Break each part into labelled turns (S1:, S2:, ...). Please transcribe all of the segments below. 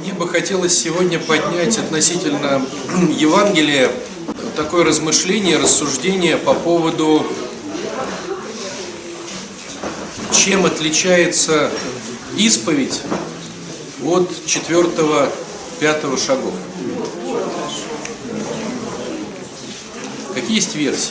S1: Мне бы хотелось сегодня поднять относительно Евангелия такое размышление, рассуждение по поводу, чем отличается исповедь от 4-5 шагов. Какие есть версии?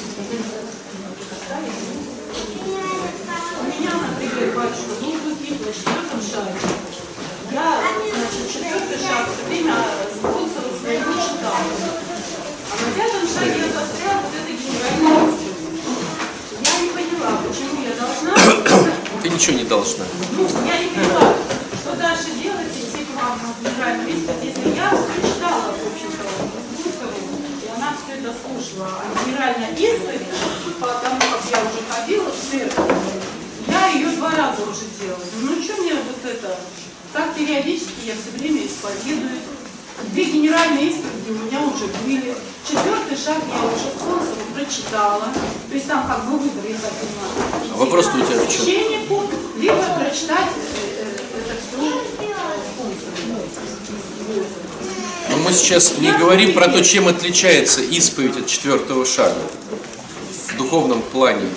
S2: Я, значит, 4-й шаг все время спонсору своему читала. А на 5-м шаге я застряла вот этой генеральной истиной. Я не поняла, почему я должна...
S1: Ты ничего не должна.
S2: Ну, я не поняла, что дальше делать, идти к вам на генеральную исповедь, если я все читала, в общем-то, спонсору, и она все это слушала. А генеральная исповедь, потому как я уже ходила в церковь, я ее 2 раза уже делала. Ну, что мне вот это... Так периодически я все время исповедуюсь. 2 генеральные исповеди у меня уже были. 4-й шаг я уже спонсору прочитала. То есть там как бы выбор, я так понимаю.
S1: А вопрос-то у тебя в чем?
S2: Священнику, либо прочитать это все спонсору.
S1: Но мы сейчас не говорим про то, чем отличается исповедь от 4-го шага в духовном плане.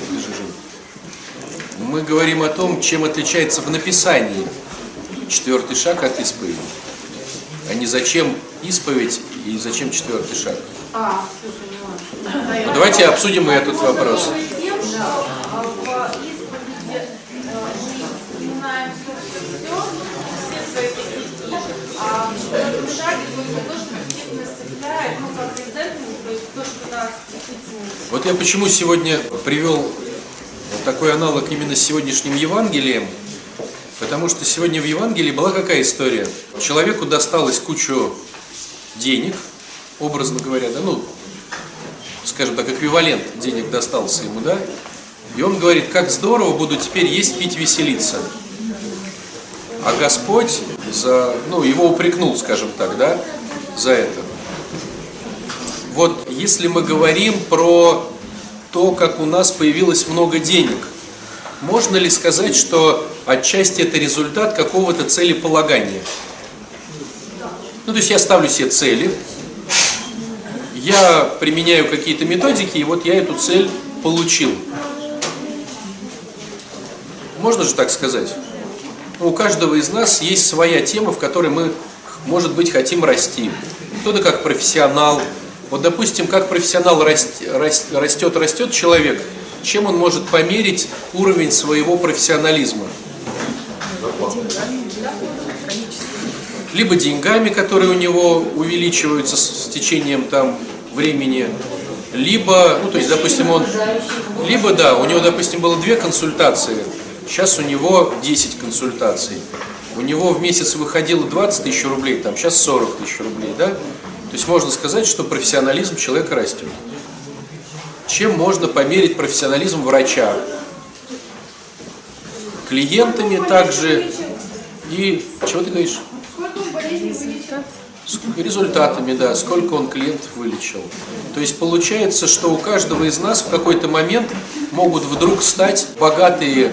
S1: Мы говорим о том, чем отличается в написании 4-й шаг от исповеди, а не зачем исповедь и зачем 4-й шаг.
S2: Все поняла.
S1: Ну, давайте обсудим и этот вопрос. Вот я почему сегодня привел такой аналог именно с сегодняшним Евангелием. Потому что сегодня в Евангелии была какая история? Человеку досталось кучу денег, образно говоря, да, ну, скажем так, эквивалент денег достался ему, да, и он говорит, как здорово, буду теперь есть, пить, веселиться. А Господь его упрекнул, скажем так, да, за это. Вот если мы говорим про то, как у нас появилось много денег, можно ли сказать, что отчасти это результат какого-то целеполагания? Ну, то есть я ставлю себе цели, я применяю какие-то методики, и вот я эту цель получил. Можно же так сказать? У каждого из нас есть своя тема, в которой мы, может быть, хотим расти. Кто-то как профессионал. Вот, допустим, как профессионал растет человек, чем он может померить уровень своего профессионализма? Либо деньгами, которые у него увеличиваются с течением времени, либо, то есть, допустим, у него, допустим, было 2 консультации, сейчас у него 10 консультаций. У него в месяц выходило 20 тысяч рублей, сейчас 40 тысяч рублей, да? То есть можно сказать, что профессионализм человека растет. Чем можно померить профессионализм врача? Клиентами также и... Чего ты говоришь? Результатами, да, сколько он клиентов вылечил. То есть получается, что у каждого из нас в какой-то момент могут вдруг стать богатые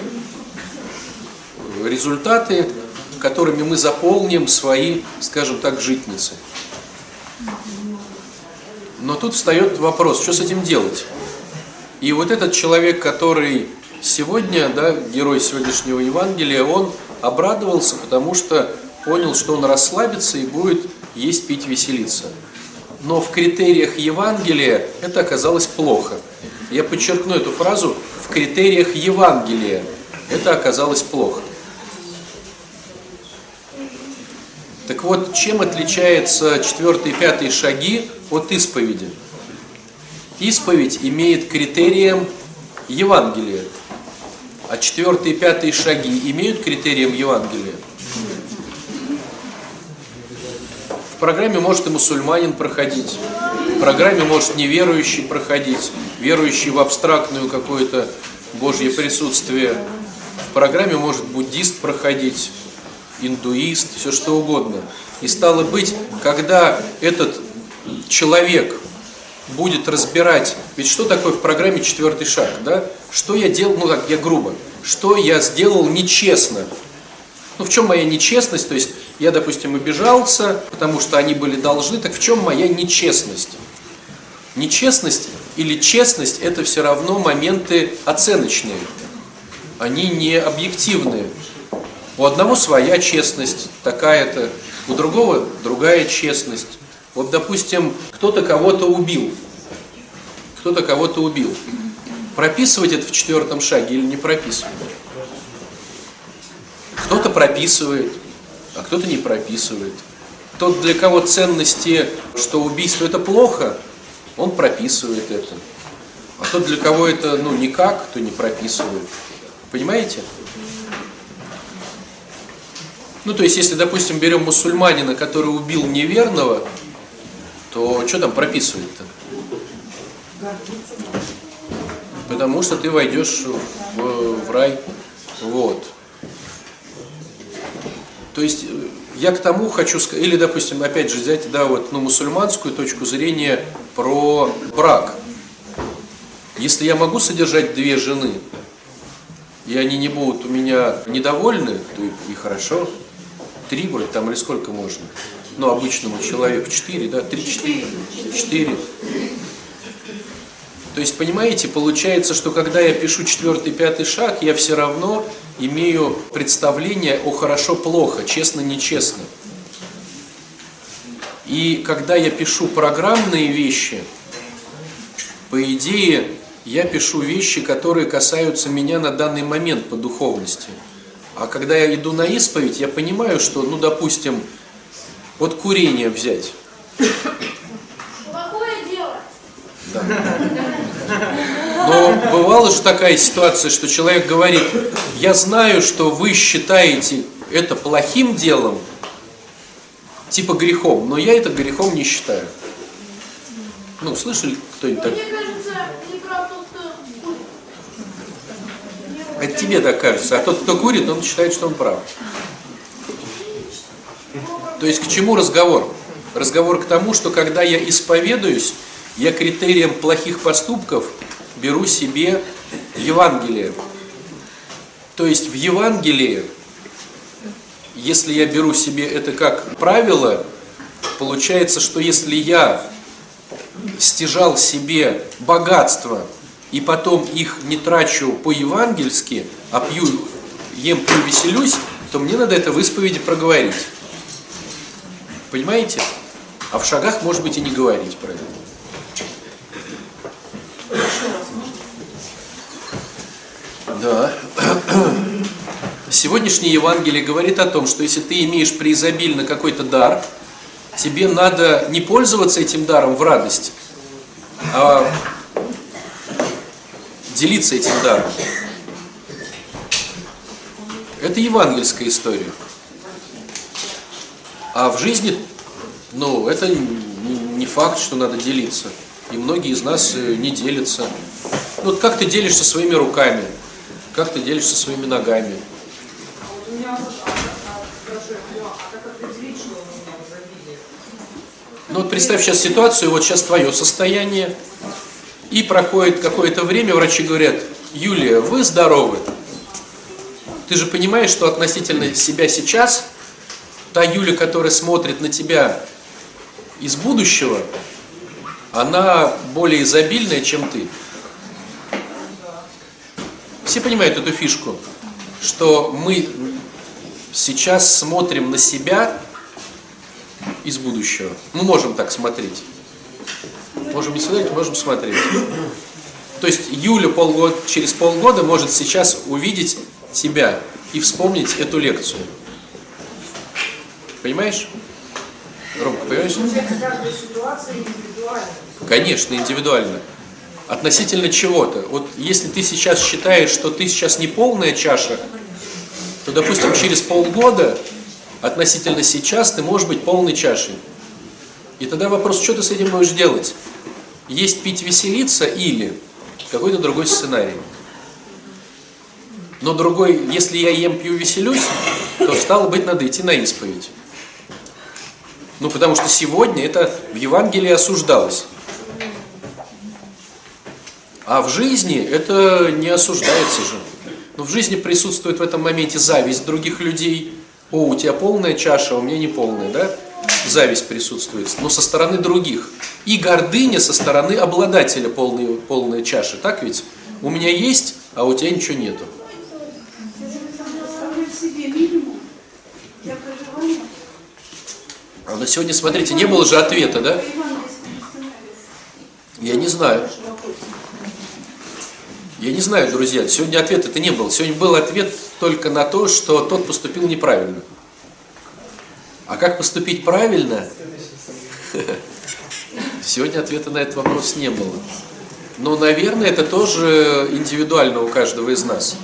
S1: результаты, которыми мы заполним свои, скажем так, житницы. Но тут встает вопрос, что с этим делать? И вот этот человек, который сегодня, да, герой сегодняшнего Евангелия, он обрадовался, потому что понял, что он расслабится и будет есть, пить, веселиться. Но в критериях Евангелия это оказалось плохо. Я подчеркну эту фразу: в критериях Евангелия это оказалось плохо. Так вот, чем отличается 4-й и 5-й шаги от исповеди? Исповедь имеет критерием Евангелия, а 4-й и 5-й шаги имеют критерием Евангелия. В программе может и мусульманин проходить, в программе может неверующий проходить, верующий в абстрактную какое-то Божье присутствие, в программе может буддист проходить, индуист, все что угодно. И стало быть, когда этот человек будет разбирать, ведь что такое в программе 4-й шаг, да? Что я делал, я грубо, что я сделал нечестно. В чем моя нечестность? То есть Я, допустим, обижался, потому что они были должны. Так в чем моя нечестность? Нечестность или честность – это все равно моменты оценочные. Они не объективные. У одного своя честность такая-то, у другого другая честность. Вот, допустим, кто-то кого-то убил. Кто-то кого-то убил. Прописывать это в 4 шаге или не прописывать? Кто-то прописывает, а кто-то не прописывает. Тот, для кого ценности, что убийство это плохо, он прописывает это. А тот, для кого это никак, то не прописывает. Понимаете? То есть, если, допустим, берем мусульманина, который убил неверного, то что там прописывать-то? Потому что ты войдешь в рай. Вот. То есть, я к тому хочу сказать, или, допустим, опять же взять, мусульманскую точку зрения про брак. Если я могу содержать 2 жены, и они не будут у меня недовольны, то и хорошо. 3 вроде там, или сколько можно? Обычному человеку 4, да? 4. То есть, понимаете, получается, что когда я пишу 4-й, 5-й шаг, я все равно имею представление о хорошо-плохо, честно-нечестно. И когда я пишу программные вещи, по идее, я пишу вещи, которые касаются меня на данный момент по духовности. А когда я иду на исповедь, я понимаю, что, допустим, вот курение взять.
S3: Плохое дело.
S1: Да. Но бывала же такая ситуация, что человек говорит: я знаю, что вы считаете это плохим делом, типа грехом, но я это грехом не считаю. Слышали кто-нибудь так?
S3: Мне кажется, не прав тот, кто курит.
S1: Это тебе так кажется, а тот, кто курит, он считает, что он прав. То есть к чему разговор? Разговор к тому, что когда я исповедуюсь, я критерием плохих поступков беру себе Евангелие. То есть в Евангелии, если я беру себе это как правило, получается, что если я стяжал себе богатство и потом их не трачу по-евангельски, а ем, пью, веселюсь, то мне надо это в исповеди проговорить. Понимаете? А в шагах, может быть, и не говорить про это. Да. Сегодняшнее Евангелие говорит о том, что если ты имеешь преизобильно какой-то дар, тебе надо не пользоваться этим даром в радость, а делиться этим даром. Это евангельская история. А в жизни, это не факт, что надо делиться. И многие из нас не делятся. Как ты делишься своими руками? Как ты делишься своими ногами? Представь сейчас ситуацию, вот сейчас твое состояние, и проходит какое-то время, врачи говорят: Юлия, вы здоровы. Ты же понимаешь, что относительно себя сейчас, та Юля, которая смотрит на тебя из будущего, она более изобильная, чем ты. Все понимают эту фишку, что мы сейчас смотрим на себя из будущего. Мы можем так смотреть. Можем не смотреть, можем смотреть. То есть Юля через полгода может сейчас увидеть тебя и вспомнить эту лекцию. Понимаешь? Ромка, понимаешь?
S4: Каждая ситуация индивидуальна.
S1: Конечно, индивидуально. Относительно чего-то. Вот если ты сейчас считаешь, что ты сейчас не полная чаша, то, допустим, через полгода относительно сейчас ты можешь быть полной чашей. И тогда вопрос, что ты с этим будешь делать? Есть, пить, веселиться или какой-то другой сценарий. Но другой, если я ем, пью, веселюсь, то стало быть, надо идти на исповедь. Потому что сегодня это в Евангелии осуждалось. А в жизни это не осуждается же. Но в жизни присутствует в этом моменте зависть других людей, О, у тебя полная чаша, а у меня не полная, да? Зависть присутствует, но со стороны других. И гордыня со стороны обладателя полная чаша, так ведь? У меня есть, а у тебя ничего нету. А на сегодня, смотрите, не было же ответа, да? Я не знаю. Я не знаю, друзья, сегодня ответа-то не было. Сегодня был ответ только на то, что тот поступил неправильно. А как поступить правильно? Сегодня ответа на этот вопрос не было. Но, наверное, это тоже индивидуально у каждого из нас.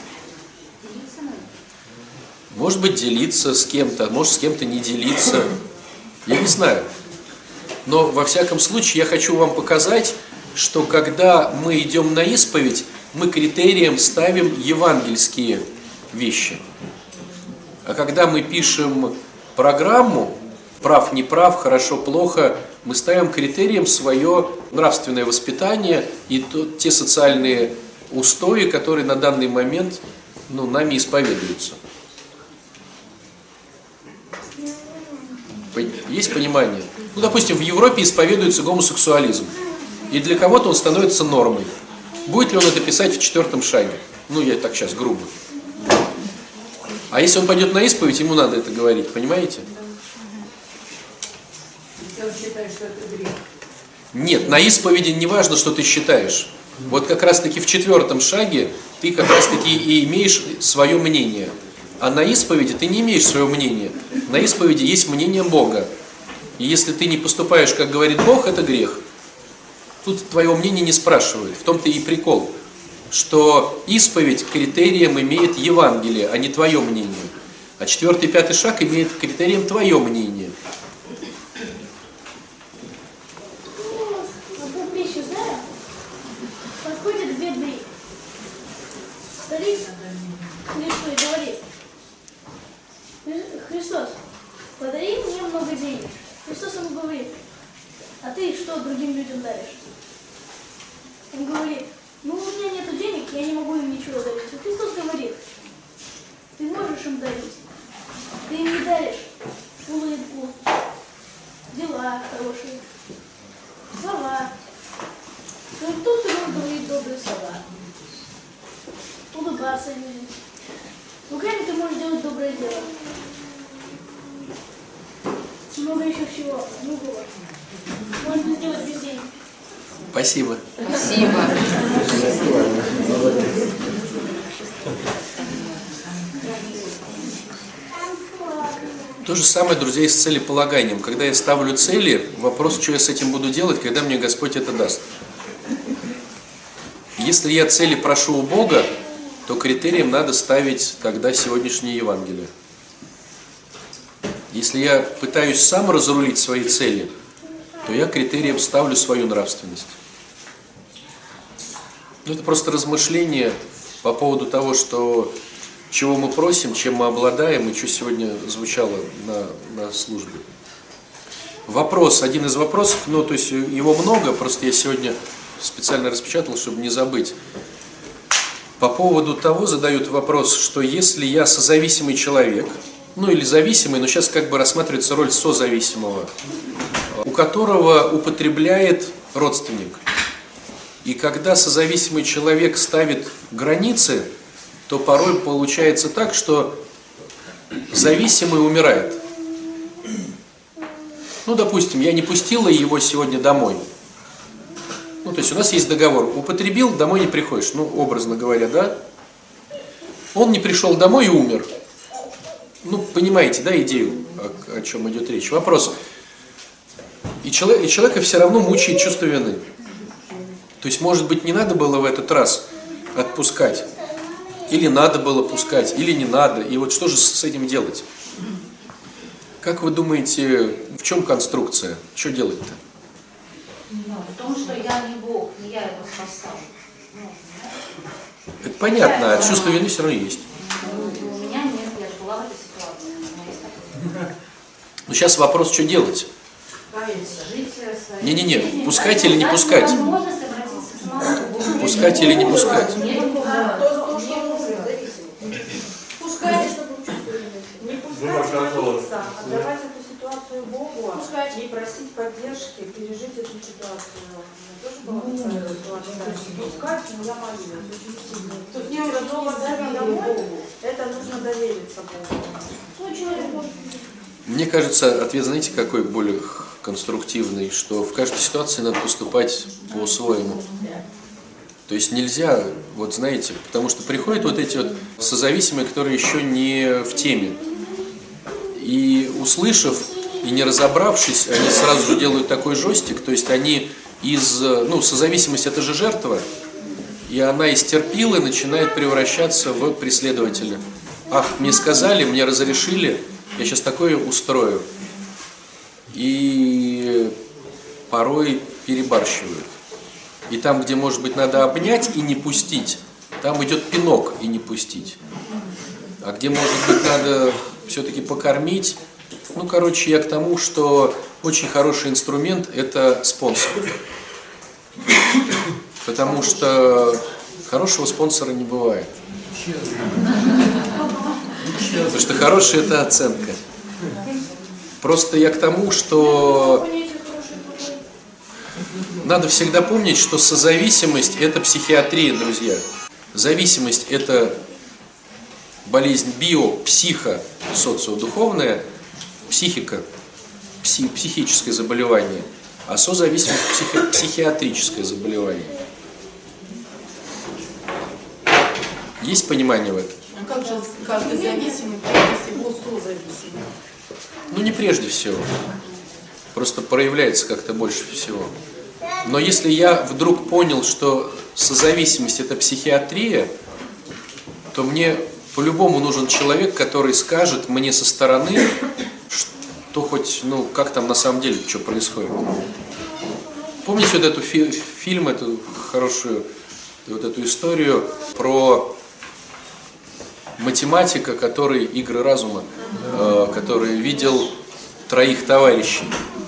S1: Может быть, делиться с кем-то, может, с кем-то не делиться. Я не знаю. Но, во всяком случае, я хочу вам показать, что когда мы идем на исповедь, мы критерием ставим евангельские вещи. А когда мы пишем программу, прав, не прав, хорошо, плохо, мы ставим критерием свое нравственное воспитание и те социальные устои, которые на данный момент нами исповедуются. Есть понимание? Допустим, в Европе исповедуется гомосексуализм. И для кого-то он становится нормой. Будет ли он это писать в 4 шаге? Я так сейчас грубо. А если он пойдет на исповедь, ему надо это говорить, понимаете?
S4: Он считает, что это грех.
S1: Нет, на исповеди не важно, что ты считаешь. Вот как раз-таки в 4 шаге ты как раз-таки и имеешь свое мнение. А на исповеди ты не имеешь своего мнения. На исповеди есть мнение Бога. И если ты не поступаешь, как говорит Бог, это грех. Тут твоего мнения не спрашивают. В том-то и прикол, что исповедь критерием имеет Евангелие, а не твое мнение. А 4 и 5 шаг имеет критерием твое мнение.
S3: Одну вещь знаю. Подходит бедный старик к Христу и говорит: Христос, подари мне много денег. Христос ему говорит: а ты что другим людям даришь? Он говорит: у меня нету денег, я не могу им ничего дарить. И Христос говорит: ты можешь им дарить. Ты им не даришь улыбку, дела хорошие, слова. Но тут ты можешь говорить добрые слова, улыбаться людям. Руками ты можешь делать доброе дело. Много еще всего, другого. Можно сделать без денег.
S1: Спасибо.
S5: Спасибо.
S1: То же самое, друзья, и с целеполаганием. Когда я ставлю цели, вопрос, что я с этим буду делать, когда мне Господь это даст. Если я цели прошу у Бога, то критерием надо ставить тогда сегодняшнее Евангелие. Если я пытаюсь сам разрулить свои цели, то я критерием ставлю свою нравственность. Это просто размышление по поводу того, чего мы просим, чем мы обладаем, и что сегодня звучало на службе. Вопрос, один из вопросов, то есть его много, просто я сегодня специально распечатал, чтобы не забыть. По поводу того задают вопрос, что если я созависимый человек, или зависимый, но сейчас рассматривается роль созависимого, у которого употребляет родственник. И когда созависимый человек ставит границы, то порой получается так, что зависимый умирает. Допустим, я не пустила его сегодня домой. То есть у нас есть договор. Употребил, домой не приходишь. Образно говоря, да? Он не пришел домой и умер. Понимаете, да, идею, о чем идет речь? Вопрос. И человека все равно мучает чувство вины. То есть, может быть, не надо было в этот раз отпускать. Или надо было пускать, или не надо. И вот что же с этим делать? Как вы думаете, в чем конструкция? Что делать-то?
S5: В том, что я не Бог, не я его спасал.
S1: Это понятно, а чувство вины все равно есть.
S5: У меня нет, я же была в этой ситуации.
S1: Сейчас вопрос, что делать?
S5: Жить своей
S1: Не-не-не,
S5: жизнью.
S1: пускать или не пускать?
S5: Возможность обратиться к самому Богу.
S1: Пускать или не пускать?
S4: Пускай, чтобы чувство вины. Не пускай.
S6: молиться, отдавать эту ситуацию Богу и просить поддержки, пережить эту ситуацию. У меня тоже была такая ситуация. Пускать, но я молилась очень сильно. Тут не уже дома домой, это нужно довериться Богу.
S3: Ну, человек может...
S1: Мне кажется, ответ, знаете, какой более конструктивный, что в каждой ситуации надо поступать по-своему. То есть нельзя, вот знаете, потому что приходят вот эти вот созависимые, которые еще не в теме. И услышав, и не разобравшись, они сразу же делают такой жестик, то есть они созависимость это же жертва, и она из терпилы начинает превращаться в преследователя. Ах, мне сказали, мне разрешили, я сейчас такое устрою. И порой перебарщивают. И там, где, может быть, надо обнять и не пустить, там идет пинок и не пустить. А где, может быть, надо все-таки покормить. Ну, короче, я к тому, что очень хороший инструмент – это спонсор. Потому что хорошего спонсора не бывает. Потому что хороший – это оценка. Просто я к тому, что надо всегда помнить, что созависимость – это психиатрия, друзья. Зависимость – это болезнь психо, социодуховная, психика, психическое заболевание, а созависимость – психиатрическое заболевание. Есть понимание в этом?
S6: А как же каждый зависимый, прежде всего созависимый?
S1: Ну, не прежде всего. Просто проявляется как-то больше всего. Но если я вдруг понял, что созависимость – это психиатрия, то мне по-любому нужен человек, который скажет мне со стороны, что хоть, как там на самом деле, что происходит. Помните вот эту фильм, эту хорошую, вот эту историю про математика, который, игры разума, который видел троих товарищей.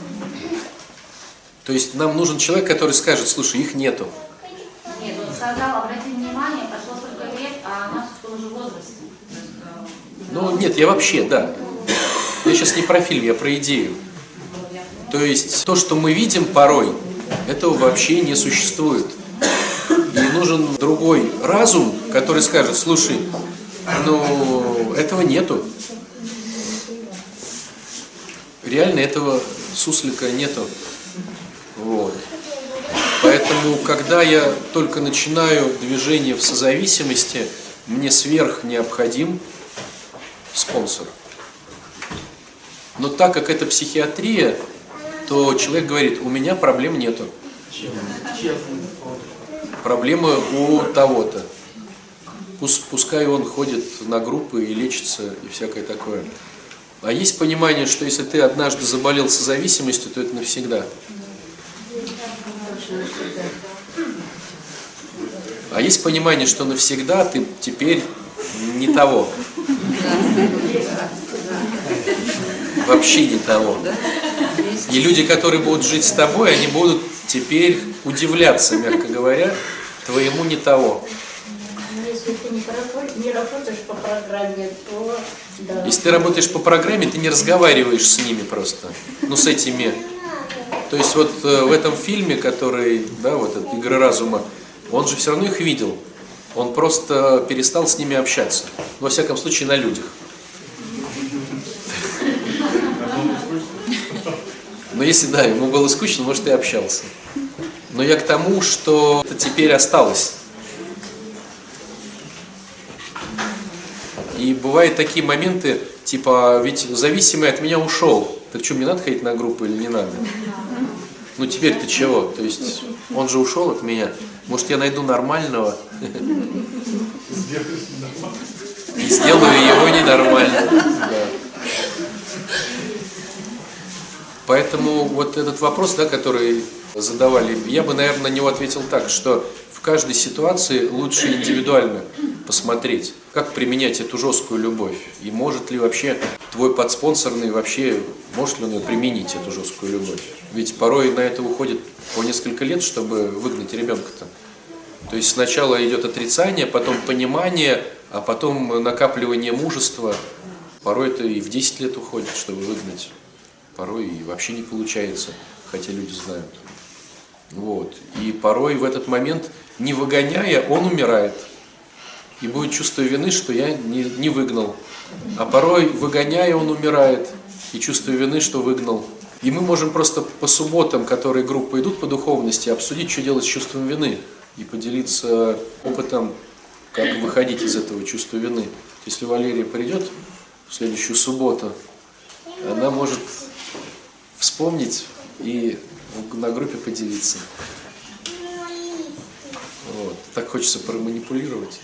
S1: То есть нам нужен человек, который скажет, слушай, их нету.
S5: Нет, он сказал, обрати внимание, прошло столько лет, а она в том же возрасте.
S1: Ну, нет, я вообще, да. Я сейчас не про фильм, я про идею. То есть то, что мы видим порой, этого вообще не существует. И нужен другой разум, который скажет, слушай, этого нету. Реально этого суслика нету. Вот. Поэтому, когда я только начинаю движение в созависимости, мне сверх необходим спонсор. Но так как это психиатрия, то человек говорит, у меня проблем нету. Проблемы у того-то. Пускай он ходит на группы и лечится, и всякое такое. А есть понимание, что если ты однажды заболел созависимостью, то это навсегда. А есть понимание, что навсегда ты теперь не того. Вообще не того. И люди, которые будут жить с тобой, они будут теперь удивляться, мягко говоря, твоему не того.
S4: Если ты не работаешь по программе, то... Да.
S1: Если ты работаешь по программе, ты не разговариваешь с ними просто. С этими. То есть вот в этом фильме, который, вот этот «Игры разума», он же все равно их видел. Он просто перестал с ними общаться. Во всяком случае, на людях. Но если, ему было скучно, может, и общался. Но я к тому, что это теперь осталось. И бывают такие моменты, типа, ведь зависимый от меня ушел. Так что, мне надо ходить на группу или не надо? Теперь-то чего? То есть, он же ушел от меня. Может, я найду нормального и сделаю его ненормальным. Да. Поэтому вот этот вопрос, который задавали, я бы, наверное, на него ответил так, что в каждой ситуации лучше индивидуально посмотреть, как применять эту жесткую любовь. И может ли вообще твой подспонсорный может ли он ее применить, эту жесткую любовь? Ведь порой на это уходит по несколько лет, чтобы выгнать ребенка-то. То есть сначала идет отрицание, потом понимание, а потом накапливание мужества. Порой это и в 10 лет уходит, чтобы выгнать. Порой и вообще не получается, хотя люди знают. Вот. И порой в этот момент, не выгоняя, он умирает. И будет чувство вины, что я не выгнал. А порой, выгоняя, он умирает. И чувство вины, что выгнал. И мы можем просто по субботам, которые группы идут по духовности, обсудить, что делать с чувством вины. И поделиться опытом, как выходить из этого чувства вины. Если Валерия придет в следующую субботу, она может вспомнить и на группе поделиться. Вот. Так хочется проманипулировать.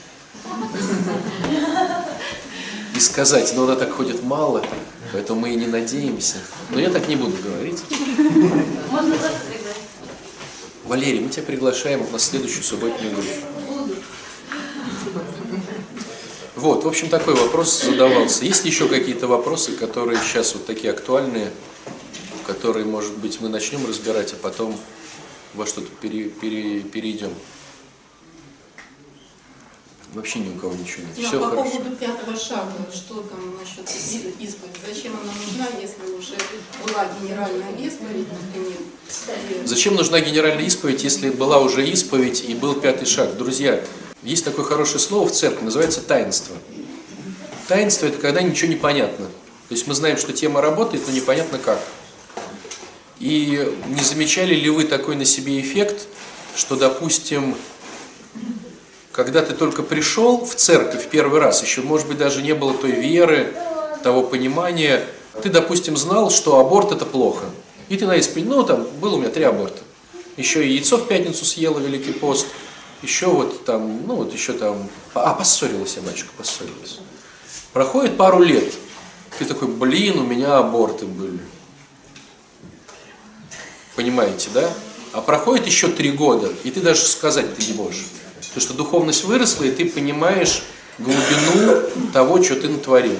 S1: И сказать, но она так ходит мало, поэтому мы и не надеемся. Но я так не буду говорить.
S5: Можно просто пригласить.
S1: Валерий, мы тебя приглашаем на следующую субботнюю группу. Вот, в общем, такой вопрос задавался. Есть ли еще какие-то вопросы, которые сейчас вот такие актуальные, которые, может быть, мы начнем разбирать, а потом во что-то перейдем? Вообще ни у кого ничего нет. Все
S7: по
S1: хорошо.
S7: поводу 5-го шага, что там насчет исповеди? Зачем она нужна, если уже была генеральная исповедь, например?
S1: Зачем нужна генеральная исповедь, если была уже исповедь и был 5-й шаг? Друзья, есть такое хорошее слово в церкви, называется таинство. Таинство – это когда ничего не понятно. То есть мы знаем, что тема работает, но непонятно как. И не замечали ли вы такой на себе эффект, что, допустим, когда ты только пришел в церковь первый раз, еще, может быть, даже не было той веры, того понимания, ты, допустим, знал, что аборт – это плохо. И ты на исповеди, было у меня 3 аборта. Еще и яйцо в пятницу съела, Великий пост. Еще поссорилась я, батюшка, поссорилась. Проходит пару лет. Ты такой, у меня аборты были. Понимаете, да? А проходит еще 3 года, и ты даже сказать ты не можешь. Потому что духовность выросла, и ты понимаешь глубину того, что ты натворил.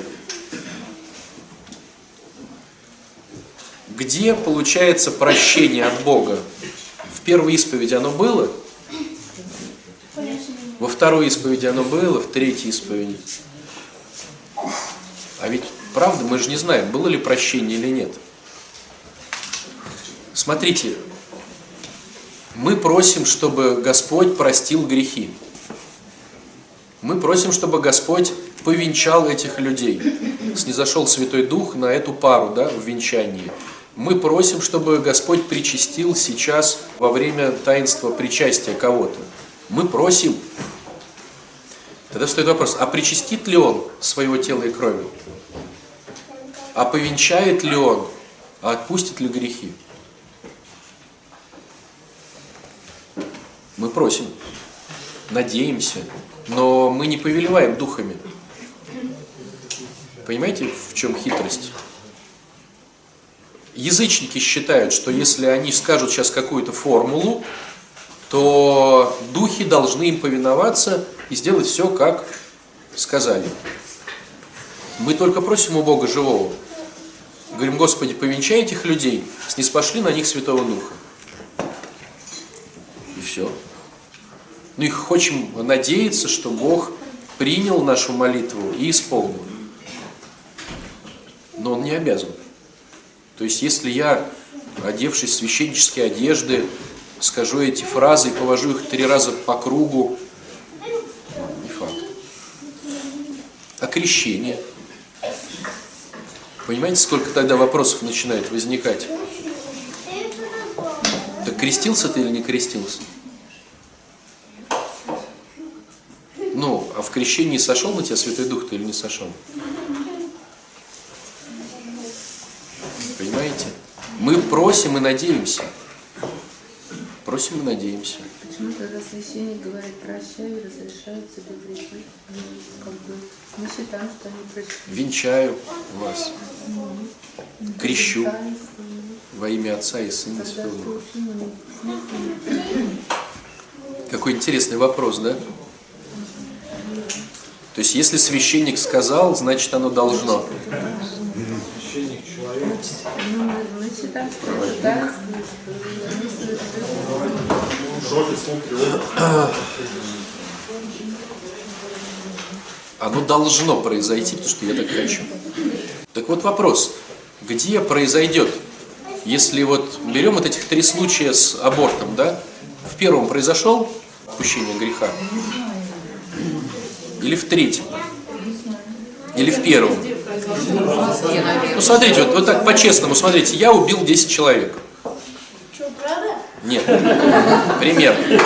S1: Где получается прощение от Бога? В первой исповеди оно было? Во второй исповеди оно было? В третьей исповеди? А ведь, правда, мы же не знаем, было ли прощение или нет. Смотрите, мы просим, чтобы Господь простил грехи. Мы просим, чтобы Господь повенчал этих людей. Снизошел Святой Дух на эту пару, в венчании. Мы просим, чтобы Господь причастил сейчас во время таинства причастия кого-то. Мы просим. Тогда стоит вопрос, а причастит ли Он своего тела и крови? А повенчает ли Он? А отпустит ли грехи? Мы просим, надеемся, но мы не повелеваем духами. Понимаете, в чем хитрость? Язычники считают, что если они скажут сейчас какую-то формулу, то духи должны им повиноваться и сделать все, как сказали. Мы только просим у Бога живого. Говорим, Господи, повенчай этих людей, ниспошли на них Святого Духа. И все. И хотим надеяться, что Бог принял нашу молитву и исполнил. Но Он не обязан. То есть, если я, одевшись в священнические одежды, скажу эти фразы и повожу их 3 раза по кругу, не факт. А крещение? Понимаете, сколько тогда вопросов начинает возникать? Так крестился ты или не крестился? А в крещении сошел на тебя Святой Дух-то или не сошел? Понимаете? Мы просим и надеемся. Просим и надеемся.
S8: Почему тогда священник говорит, прощаю, разрешаю тебе грехи? Мы считаем, что они прощают.
S1: Венчаю вас. Крещу во имя Отца и Сына и Святого Духа. Какой интересный вопрос, да? То есть, если священник сказал, значит, оно должно.
S9: Священник человек.
S8: Мы считаем, что это таинство,
S1: Оно должно произойти, потому что я так хочу. Так вот вопрос, где произойдет, если вот берем вот этих 3 случая с абортом, да? В первом произошел впущение греха? Или в третьем? Или в первом? Ну, смотрите, вот так по-честному, смотрите, я убил 10 человек.
S3: Что, правда?
S1: Нет, примерно.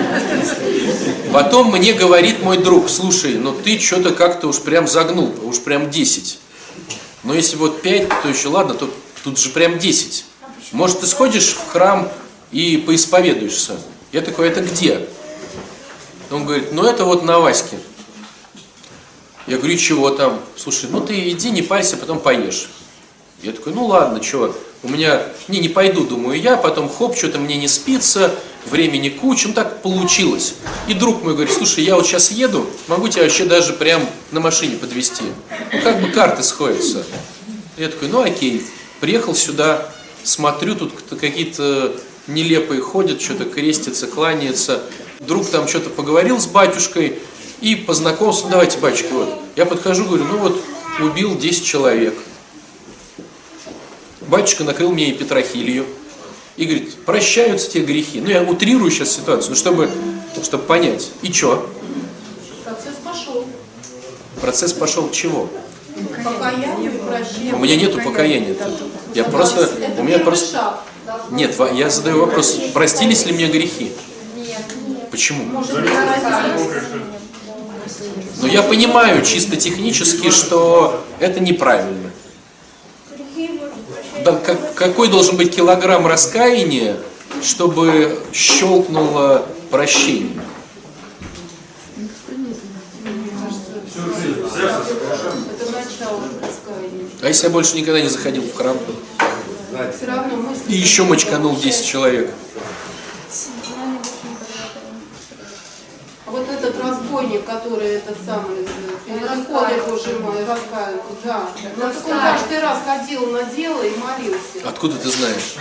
S1: Потом мне говорит мой друг, слушай, ну ты что-то как-то уж прям загнул, уж прям 10. Но если вот 5, то еще ладно, то тут же прям 10. Может, ты сходишь в храм и поисповедуешься? Я такой, это где? Он говорит, ну это вот на Ваське. Я говорю, чего там? Слушай, ну ты иди, не парься, потом поешь. Я такой, ну ладно, чего? У меня, не пойду, думаю я, потом хоп, что-то мне не спится, времени куча, ну так получилось. И друг мой говорит, слушай, я вот сейчас еду, могу тебя вообще даже прям на машине подвезти. Ну как бы карты сходятся. Я такой, ну окей. Приехал сюда, смотрю, тут какие-то нелепые ходят, что-то крестятся, кланяются. Друг там что-то поговорил с батюшкой и познакомился, давайте, батюшка, вот. Я подхожу, говорю, ну вот, убил 10 человек. Батюшка накрыл мне епитрахилью и говорит, прощаются те грехи. Ну, я утрирую сейчас ситуацию, ну, чтобы понять. И что?
S7: Процесс пошел.
S1: Процесс пошел чего?
S7: Покаяние, прощение.
S1: У меня нету покаяния. Я просто, у меня просто... Нет, я задаю вопрос, простились ли мне грехи? Почему? Но я понимаю чисто технически, что это неправильно. Да, какой должен быть килограмм раскаяния, чтобы щелкнуло прощение?
S7: Это начало раскаяния.
S1: А если я больше никогда не заходил в храм?
S7: Все равно мысли...
S1: И еще мочканул 10 человек.
S7: А вот этот разбойник, который этот самый переходит уже мой, раскаивается, да. Но он каждый раз ходил на дело и молился.
S1: Откуда ты знаешь?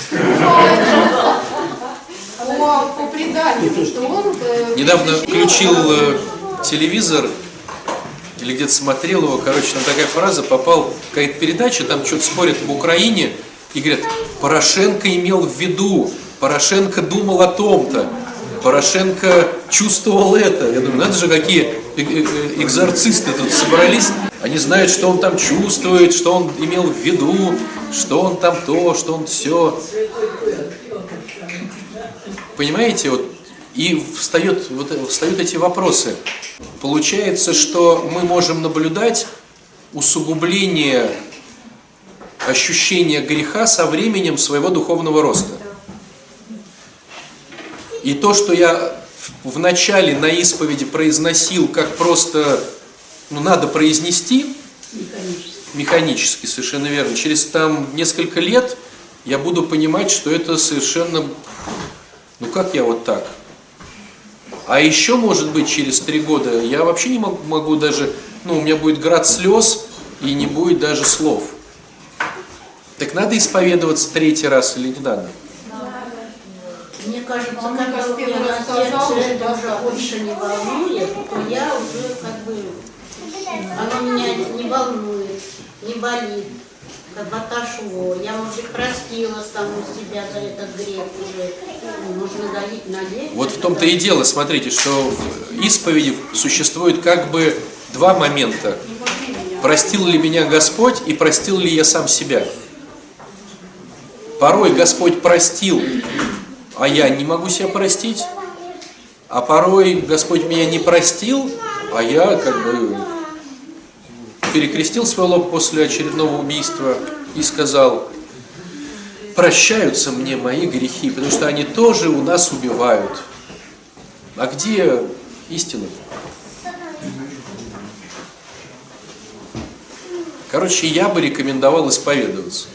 S7: По преданию, что он...
S1: Недавно включил телевизор, или где-то смотрел его, короче, там такая фраза, попал какая-то передача, там что-то спорят об Украине, и говорят, Порошенко имел в виду, Порошенко думал о том-то, Порошенко чувствовал это. Я думаю, надо же, какие экзорцисты тут собрались. Они знают, что он там чувствует, что он имел в виду, что он там то, что он все. Понимаете, вот, и встают эти вопросы. Получается, что мы можем наблюдать усугубление ощущения греха со временем своего духовного роста. И то, что я в начале на исповеди произносил, как просто, надо произнести, механически, совершенно верно, через там несколько лет я буду понимать, что это совершенно, как я вот так? А еще, может быть, через 3 года я вообще не могу даже, у меня будет град слез и не будет даже слов. Так надо исповедоваться 3-й раз или не надо?
S4: Мне кажется, когда у меня на сердце это уже больше не волнует, то я уже оно меня не волнует, не болит, как бы отошло. Я, может быть, простила саму себя за этот грех уже. Нужно давить на грех.
S1: Вот в том-то и дело, смотрите, что в исповеди существует как бы 2 момента. Простил ли меня Господь и простил ли я сам себя? Порой Господь простил, а я не могу себя простить. А порой Господь меня не простил, а я перекрестил свой лоб после очередного убийства и сказал, прощаются мне мои грехи, потому что они тоже у нас убивают. А где истина? Короче, я бы рекомендовал исповедоваться.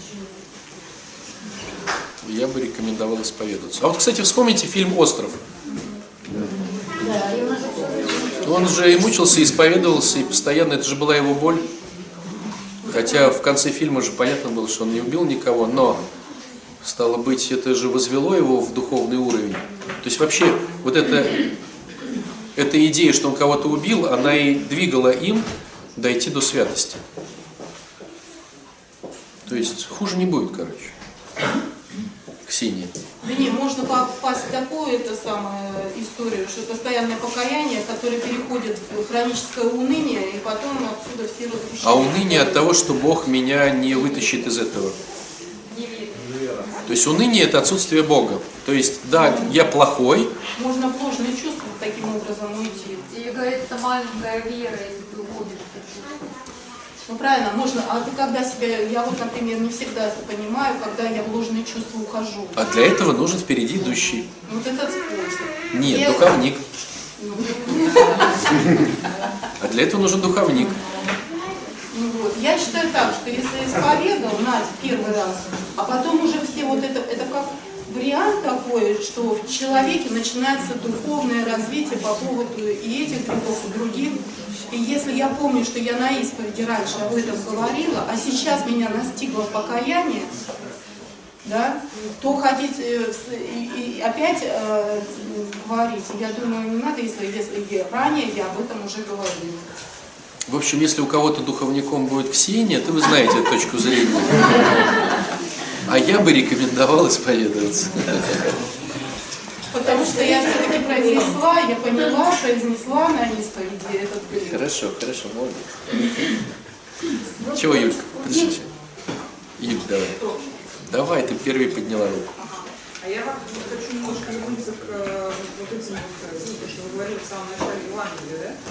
S1: А вот, кстати, вспомните фильм «Остров». Он же и мучился, и исповедовался, и постоянно, это же была его боль. Хотя в конце фильма же понятно было, что он не убил никого, но, стало быть, это же возвело его в духовный уровень. То есть вообще вот эта идея, что он кого-то убил, она и двигала им дойти до святости. есть хуже не будет, короче. Ксения.
S7: Да не, можно попасть в такую историю, что постоянное покаяние, которое переходит в хроническое уныние, и потом отсюда все разрушения.
S1: А уныние от того, что Бог меня не вытащит из этого. То есть уныние – это отсутствие Бога. То есть, да, я плохой.
S7: Можно в ложные чувства таким образом уйти.
S5: И говорит, это маленькая вера, если ты уходишь в чувство.
S7: Ну правильно, можно, а ты когда себя, я вот, например, не всегда это понимаю, когда я в ложные чувства ухожу.
S1: А для этого нужен впереди идущий.
S7: Вот этот способ.
S1: Нет, духовник. А для этого нужен духовник.
S7: Ну, вот. Я считаю так, что если исповедал, Надя, первый раз, а потом уже все вот это как вариант такой, что в человеке начинается духовное развитие по поводу и этих грехов, и других. И если я помню, что я на исповеди раньше об этом говорила, а сейчас меня настигло покаяние, да, то хотеть и опять говорить, я думаю, не надо, если ранее я об этом уже говорила.
S1: В общем, если у кого-то духовником будет Ксения, то вы знаете эту точку зрения. А я бы рекомендовал исповедоваться.
S7: Потому что я все-таки произнесла, я поняла, произнесла на исповеди этот грех.
S1: Хорошо, молодец. Чего, Юлька? Подожди. Юль, давай. Давай, ты первый подняла руку.
S6: А я вам хочу немножко вернуться к вот этим, что вы говорили в самом начале Евангелия, да?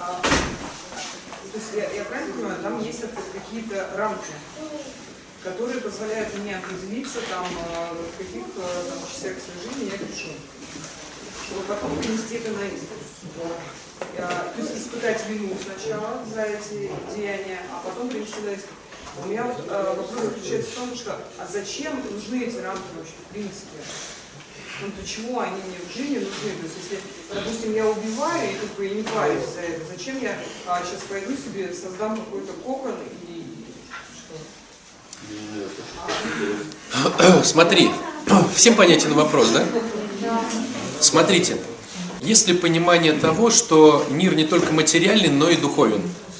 S6: То есть я правильно понимаю, там есть какие-то рамки, которые позволяют мне определиться, там, в каких частях своей жизни я грешу, чтобы потом принести это на исповедь. То есть испытать вину сначала за эти деяния, а потом принести на исповедь. У меня вот вопрос заключается в том, что а зачем нужны эти рамки вообще, в принципе? Ну, для чего они мне в жизни нужны? То есть, если, допустим, я убиваю и как бы и не парюсь за это, зачем я сейчас пойду себе, создам какой-то кокон и что?
S1: Смотри, всем понятен вопрос, да? Смотрите, есть ли понимание того, что мир не только материальный, но и духовен?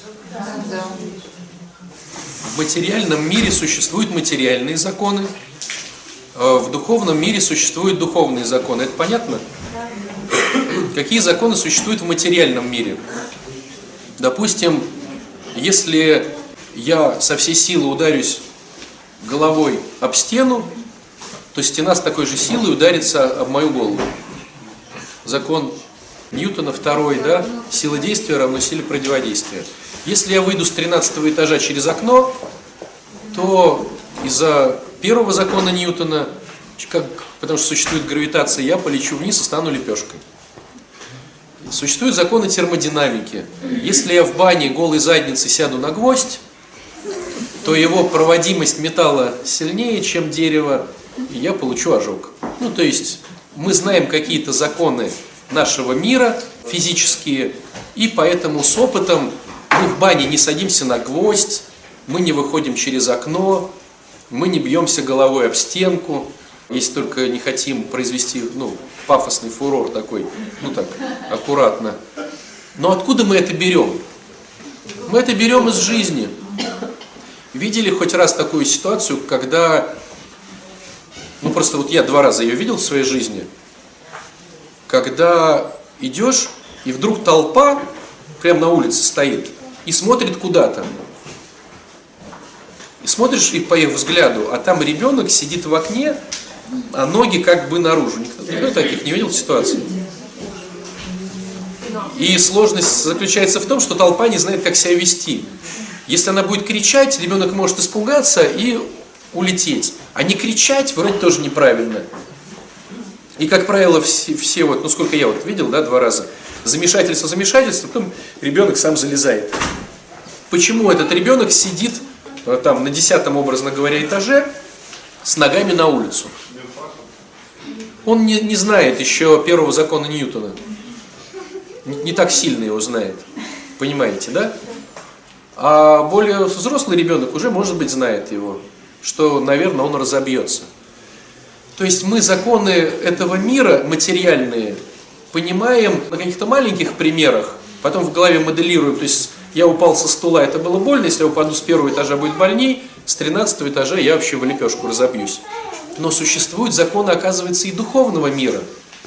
S1: В материальном мире существуют материальные законы, в духовном мире существуют духовные законы. Это понятно? Какие законы существуют в материальном мире? Допустим, если я со всей силы ударюсь головой об стену, то стена с такой же силой ударится об мою голову. Закон Ньютона второй, да? Сила действия равно силе противодействия. Если я выйду с 13-го этажа через окно, то из-за первого закона Ньютона, потому что существует гравитация, я полечу вниз и стану лепешкой. Существуют законы термодинамики. Если я в бане голой задницей сяду на гвоздь, то его проводимость металла сильнее, чем дерево, и я получу ожог. Ну, то есть мы знаем какие-то законы нашего мира, физические, и поэтому с опытом мы в бане не садимся на гвоздь, мы не выходим через окно, мы не бьемся головой об стенку, если только не хотим произвести, пафосный фурор такой, так, аккуратно. Но откуда мы это берем? Мы это берем из жизни. Видели хоть раз такую ситуацию, когда, просто вот я 2 раза ее видел в своей жизни, когда идешь, и вдруг толпа прямо на улице стоит и смотрит куда-то. И смотришь и по их взгляду, а там ребенок сидит в окне, а ноги как бы наружу. Никто таких не видел ситуаций. И сложность заключается в том, что толпа не знает, как себя вести. Если она будет кричать, ребенок может испугаться и улететь. А не кричать вроде тоже неправильно. И, как правило, все вот, сколько я вот видел, 2 раза, замешательство, потом ребенок сам залезает. Почему этот ребенок сидит там на 10-м, образно говоря, этаже с ногами на улицу? Он не знает еще первого закона Ньютона. Не так сильно его знает. Понимаете, да? А более взрослый ребенок уже, может быть, знает его, что, наверное, он разобьется. То есть мы законы этого мира, материальные, понимаем на каких-то маленьких примерах, потом в голове моделируем. То есть я упал со стула, это было больно, если я упаду с 1-го этажа, будет больней, с 13-го этажа я вообще в лепешку разобьюсь. Но существуют законы, оказывается, и духовного мира.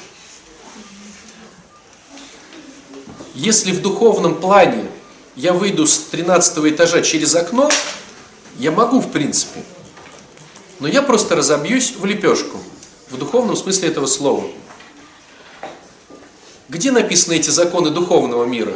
S1: Если в духовном плане я выйду с 13-го этажа через окно, я могу, в принципе. Но я просто разобьюсь в лепешку. В духовном смысле этого слова. Где написаны эти законы духовного мира?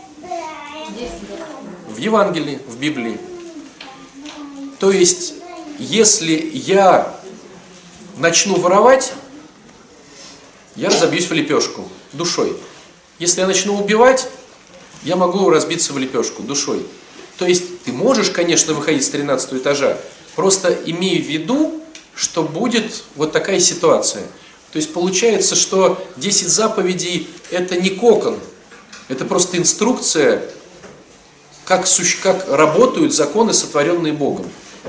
S1: В Евангелии, в Библии. То есть, если я начну воровать, я разобьюсь в лепешку душой. Если я начну убивать, я могу разбиться в лепешку душой. То есть, ты можешь, конечно, выходить с 13-го этажа, просто имей в виду, что будет вот такая ситуация. То есть, получается, что 10 заповедей – это не кокон, это просто инструкция, как работают законы, сотворенные Богом.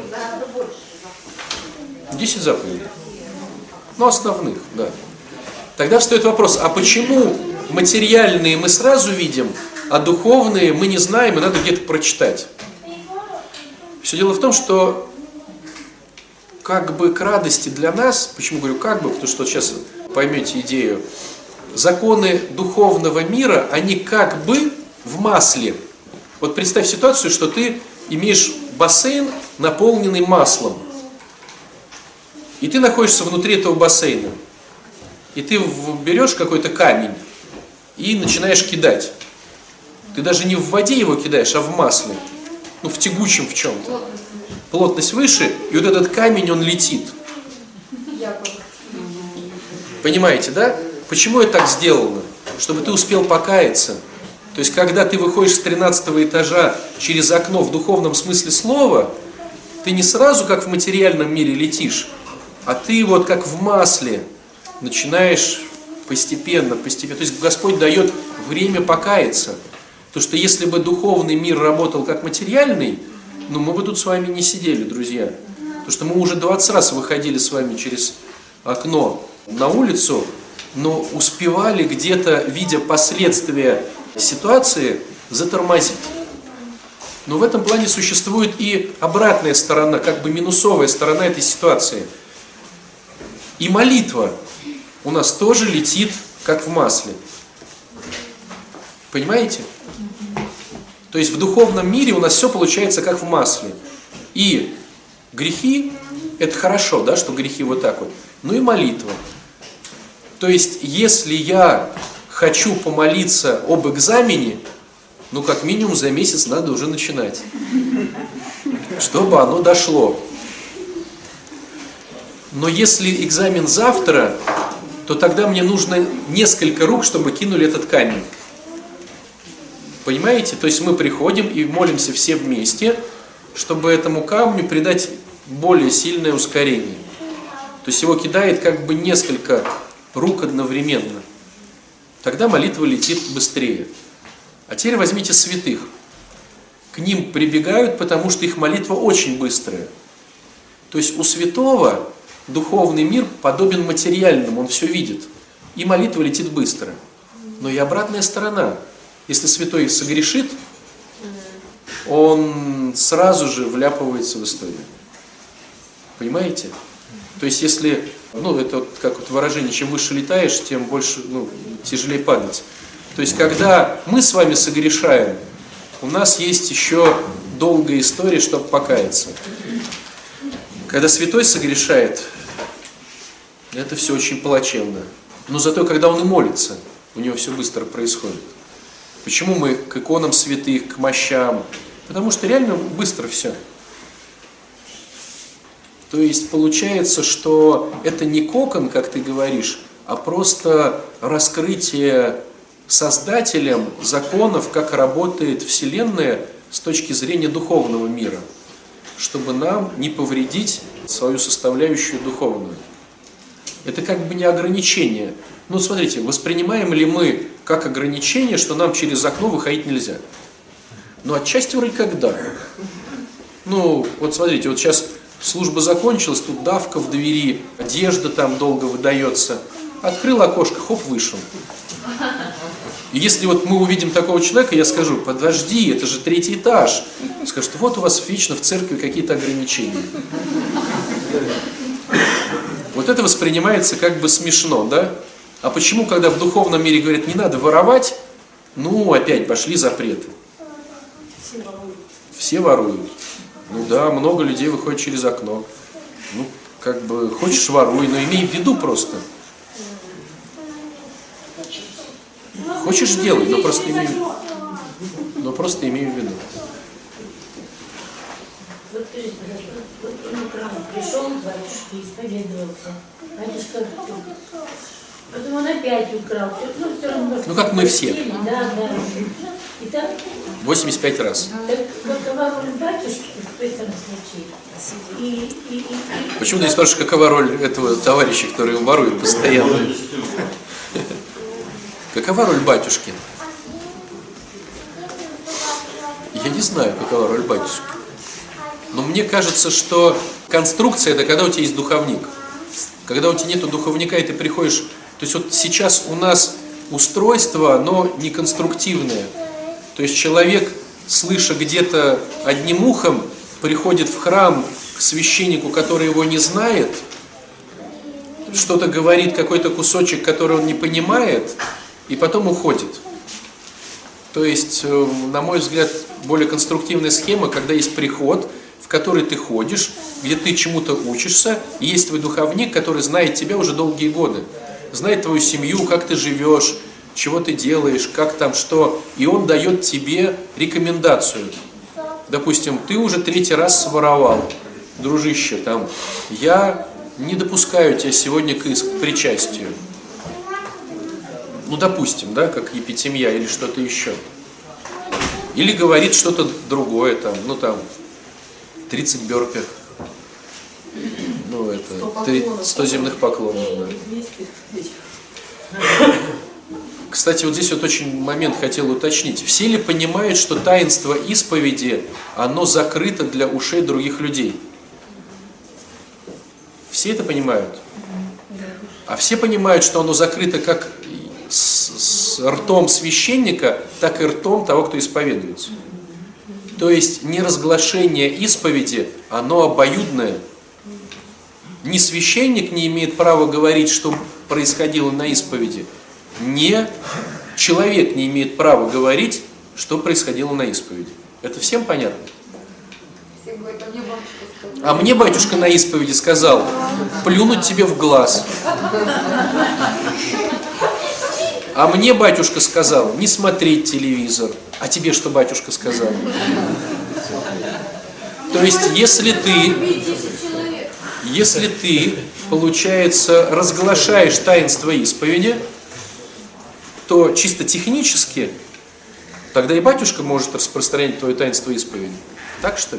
S1: 10 заповедей. Ну, основных, да. Тогда встает вопрос, а почему материальные мы сразу видим, а духовные мы не знаем, и надо где-то прочитать? Все дело в том, что как бы к радости для нас, почему говорю как бы, потому что сейчас поймете идею, законы духовного мира, они как бы в масле. Вот представь ситуацию, что ты имеешь бассейн, наполненный маслом. И ты находишься внутри этого бассейна. И ты берешь какой-то камень и начинаешь кидать. Ты даже не в воде его кидаешь, а в масле. Ну, в тягучем в чем-то. Плотность выше, и вот этот камень, он летит. Понимаете, да? Почему это так сделано? Чтобы ты успел покаяться. То есть, когда ты выходишь с 13-го этажа через окно в духовном смысле слова, ты не сразу, как в материальном мире, летишь, а ты вот как в масле начинаешь постепенно. То есть, Господь дает время покаяться. Потому что если бы духовный мир работал как материальный, ну мы бы тут с вами не сидели, друзья. Потому что мы уже 20 раз выходили с вами через окно на улицу, но успевали где-то, видя последствия ситуации, затормозить. Но в этом плане существует и обратная сторона, как бы минусовая сторона этой ситуации. И молитва у нас тоже летит, как в масле. Понимаете? То есть в духовном мире у нас все получается как в масле. И грехи, это хорошо, да, что грехи вот так вот. Ну и молитва. То есть если я хочу помолиться об экзамене, ну как минимум за месяц надо уже начинать. Чтобы оно дошло. Но если экзамен завтра, то тогда мне нужно несколько рук, чтобы кинули этот камень. Понимаете? То есть мы приходим и молимся все вместе, чтобы этому камню придать более сильное ускорение. То есть его кидает как бы несколько рук одновременно. Тогда молитва летит быстрее. А теперь возьмите святых. К ним прибегают, потому что их молитва очень быстрая. То есть у святого духовный мир подобен материальному, он все видит. И молитва летит быстро. Но и обратная сторона. Если святой согрешит, он сразу же вляпывается в историю. Понимаете? То есть если, ну это вот как вот выражение, чем выше летаешь, тем больше, тяжелее падать. То есть когда мы с вами согрешаем, у нас есть еще долгая история, чтобы покаяться. Когда святой согрешает, это все очень плачевно. Но зато когда он и молится, у него все быстро происходит. Почему мы к иконам святых, к мощам? Потому что реально быстро все. То есть получается, что это не кокон, как ты говоришь, а просто раскрытие Создателем законов, как работает Вселенная с точки зрения духовного мира, чтобы нам не повредить свою составляющую духовную. Это как бы не ограничение. Ну, смотрите, воспринимаем ли мы как ограничение, что нам через окно выходить нельзя? Ну, отчасти вроде как да. Ну, вот смотрите, вот сейчас служба закончилась, тут давка в двери, одежда там долго выдается. Открыл окошко, хоп, вышел. И если вот мы увидим такого человека, я скажу: подожди, это же 3-й этаж. Скажут: вот у вас вечно в церкви какие-то ограничения. Вот это воспринимается как бы смешно, да? А почему, когда в духовном мире говорят, не надо воровать, ну опять пошли запреты. Все воруют. Ну да, много людей выходит через окно. Ну, как бы, хочешь воруй, но имей в виду просто. Хочешь делай, но просто имей в виду.
S4: Вот скажите, вот он к храму пришел, батюшке, исповедовался. Батюшка, потом он опять украл. Ну, все равно,
S1: Ну, как мы все.
S4: Да. И так,
S1: 85 раз.
S4: так какова роль батюшки в этом случае?
S1: Почему ты не спрашиваешь, какова роль этого товарища, который ворует постоянно? Какова роль батюшки? Я не знаю, какова роль батюшки. Но мне кажется, что конструкция – это когда у тебя есть духовник. Когда у тебя нет духовника, и ты приходишь... То есть вот сейчас у нас устройство, оно не конструктивное. То есть человек, слыша где-то одним ухом, приходит в храм к священнику, который его не знает, что-то говорит, какой-то кусочек, который он не понимает, и потом уходит. То есть, на мой взгляд, более конструктивная схема, когда есть приход, в который ты ходишь, где ты чему-то учишься, и есть твой духовник, который знает тебя уже долгие годы, знает твою семью, как ты живешь, чего ты делаешь, как там что, и он дает тебе рекомендацию. Допустим, ты уже 3-й раз своровал, дружище, там, я не допускаю тебя сегодня к причастию. Ну, допустим, да, как епитемья или что-то еще. Или говорит что-то другое, там, ну, там, 30 бёрпи. Ну, это 100 земных поклонов. Да. Кстати, вот здесь вот очень момент хотел уточнить. Все ли понимают, что таинство исповеди, оно закрыто для ушей других людей? Все это понимают? А все понимают, что оно закрыто как с ртом священника, так и ртом того, кто исповедуется. То есть неразглашение исповеди, оно обоюдное. Ни священник не имеет права говорить, что происходило на исповеди, ни человек не имеет права говорить, что происходило на исповеди. Это всем понятно? А мне батюшка на исповеди сказал: плюнуть тебе в глаз. А мне батюшка сказал: не смотреть телевизор. А тебе что батюшка сказал? То есть, если ты, получается, разглашаешь таинство исповеди, то чисто технически тогда и батюшка может распространять твое таинство исповеди. Так что ли?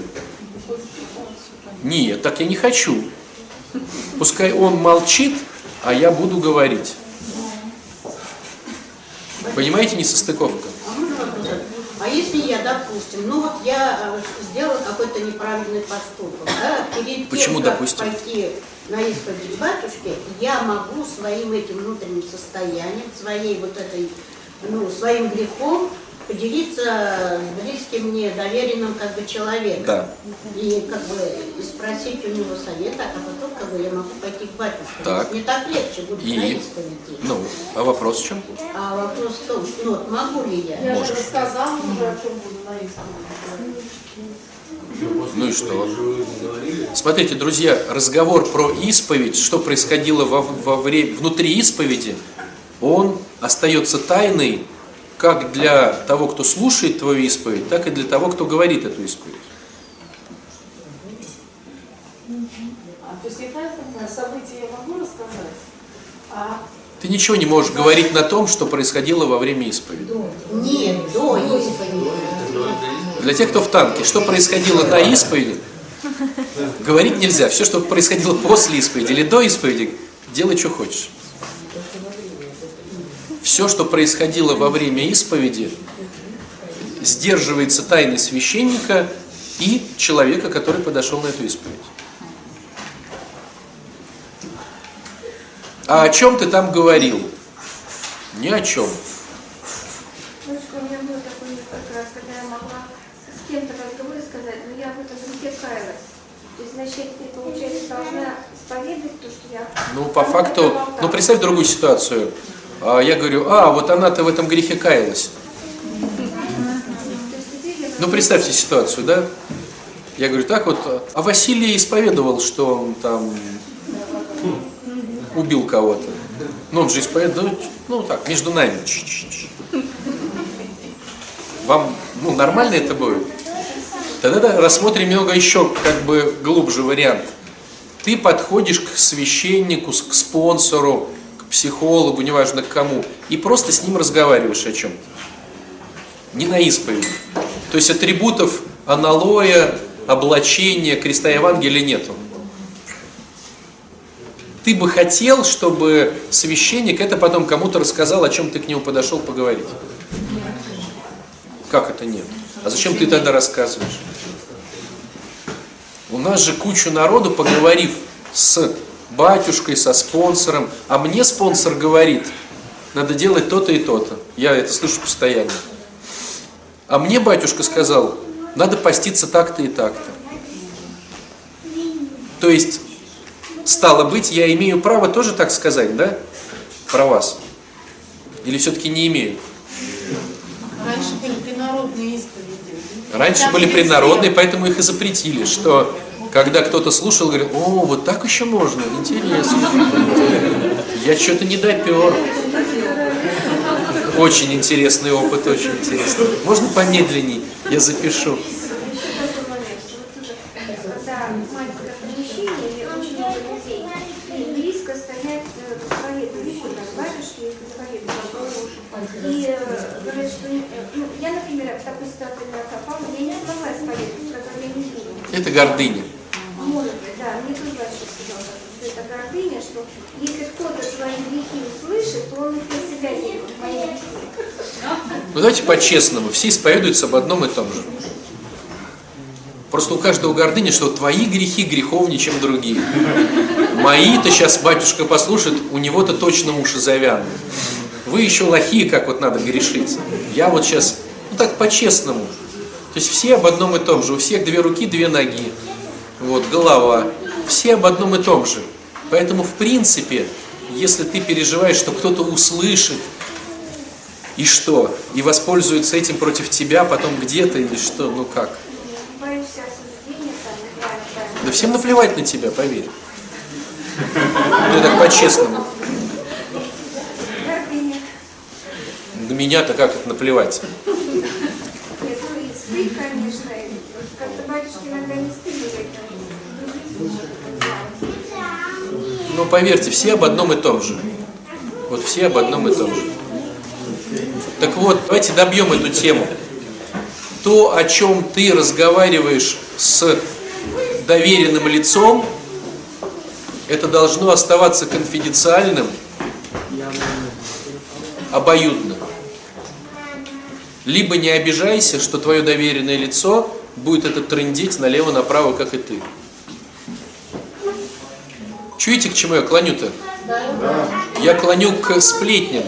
S1: Нет, так я не хочу. Пускай он молчит, а я буду говорить. Понимаете, несостыковка?
S4: А если я, допустим, ну вот я сделала какой-то неправильный поступок, да, перед
S1: Почему,
S4: тем, как
S1: допустим?
S4: пойти на исповедь к батюшке, я могу своим этим внутренним состоянием, своей вот этой, ну, своим грехом поделиться с близким мне, доверенным как бы человеком.
S1: Да.
S4: И как бы и спросить у него совета, а потом как бы я могу пойти к батюшке.
S1: Так.
S4: Не так легче будет
S1: И?
S4: на исповеди.
S1: Ну, а вопрос в чем?
S4: А вопрос в том, ну вот могу ли я?
S6: Я же
S1: Можешь.
S6: рассказала уже, о чем буду на исповеди.
S1: Ну и что? Смотрите, друзья, разговор про исповедь, что происходило внутри исповеди, он остается тайной как для того, кто слушает твою исповедь, так и для того, кто говорит эту исповедь.
S6: То есть это событие я могу рассказать?
S1: Ты ничего не можешь говорить на том, что происходило во время исповеди.
S4: Нет, до исповеди.
S1: Для тех, кто в танке, что происходило на исповеди, говорить нельзя. Все, что происходило после исповеди или до исповеди, делай, что хочешь. Все, что происходило во время исповеди, сдерживается тайной священника и человека, который подошел на эту исповедь. А о чем ты там говорил? Ни о чем.
S10: Значит, я, получается, должна исповедовать то, что я...
S1: Ну, по факту, ну, представь другую ситуацию. Я говорю, вот она-то в этом грехе каялась. Ну, представьте ситуацию, да? Я говорю, так вот, а Василий исповедовал, что он там убил кого-то. Ну, он же исповедовал, ну, так, между нами. Вам, ну, нормально это будет? Тогда рассмотрим немного еще, как бы, глубже вариант. Ты подходишь к священнику, к спонсору, к психологу, неважно к кому, и просто с ним разговариваешь о чем-то. Не на исповедь. То есть атрибутов аналоя, облачения, креста Евангелия нету. Ты бы хотел, чтобы священник это потом кому-то рассказал, о чем ты к нему подошел поговорить? Как это нет? А зачем ты тогда рассказываешь? У нас же кучу народу, поговорив с батюшкой, со спонсором, а мне спонсор говорит, надо делать то-то и то-то. Я это слышу постоянно. А мне батюшка сказал, надо поститься так-то и так-то. То есть, стало быть, я имею право тоже так сказать, да? Про вас. Или все-таки не имею?
S7: Раньше были принародные исповеди.
S1: Раньше были принародные, поэтому их и запретили, что когда кто-то слушал, говорил, о, вот так еще можно, интересно. Я что-то не допер. Очень интересный опыт, очень интересный. Можно помедленней? Я запишу.
S10: Когда маленькое помещение или очень много людей, и близко стоят исповедующие, батюшки исповедующие. И говорят, что я, например, в такой ситуации попала, я не смогла исповедовать, сказала, я не буду.
S1: Это гордыня.
S10: Может быть, да, мне тоже батюшка сказал, что это гордыня, что если кто-то свои грехи услышит, то он их на себя не мои.
S1: Ну давайте по-честному, все исповедуются об одном и том же. Просто у каждого гордыня, что твои грехи греховнее, чем другие. Мои-то сейчас батюшка послушает, у него-то точно уши завянут. Вы еще лохи, как вот надо грешить. Я вот сейчас, ну так по-честному. То есть все об одном и том же. У всех 2 руки, 2 ноги. Вот, голова. Все об одном и том же. Поэтому, в принципе, если ты переживаешь, что кто-то услышит, и что? И воспользуется этим против тебя, потом где-то или что? Ну как? Да всем наплевать на тебя, поверь. Ну так по-честному. На меня-то как это наплевать?
S10: Стыд, конечно, как-то батюшки иногда не стыдно.
S1: Но поверьте, все об одном и том же. Вот все об одном и том же. Так вот, давайте добьем эту тему. То, о чем ты разговариваешь с доверенным лицом, это должно оставаться конфиденциальным, обоюдно. Либо не обижайся, что твое доверенное лицо будет это трындеть налево-направо, как и ты. Чуете, к чему я клоню-то? Да. Я клоню к сплетням,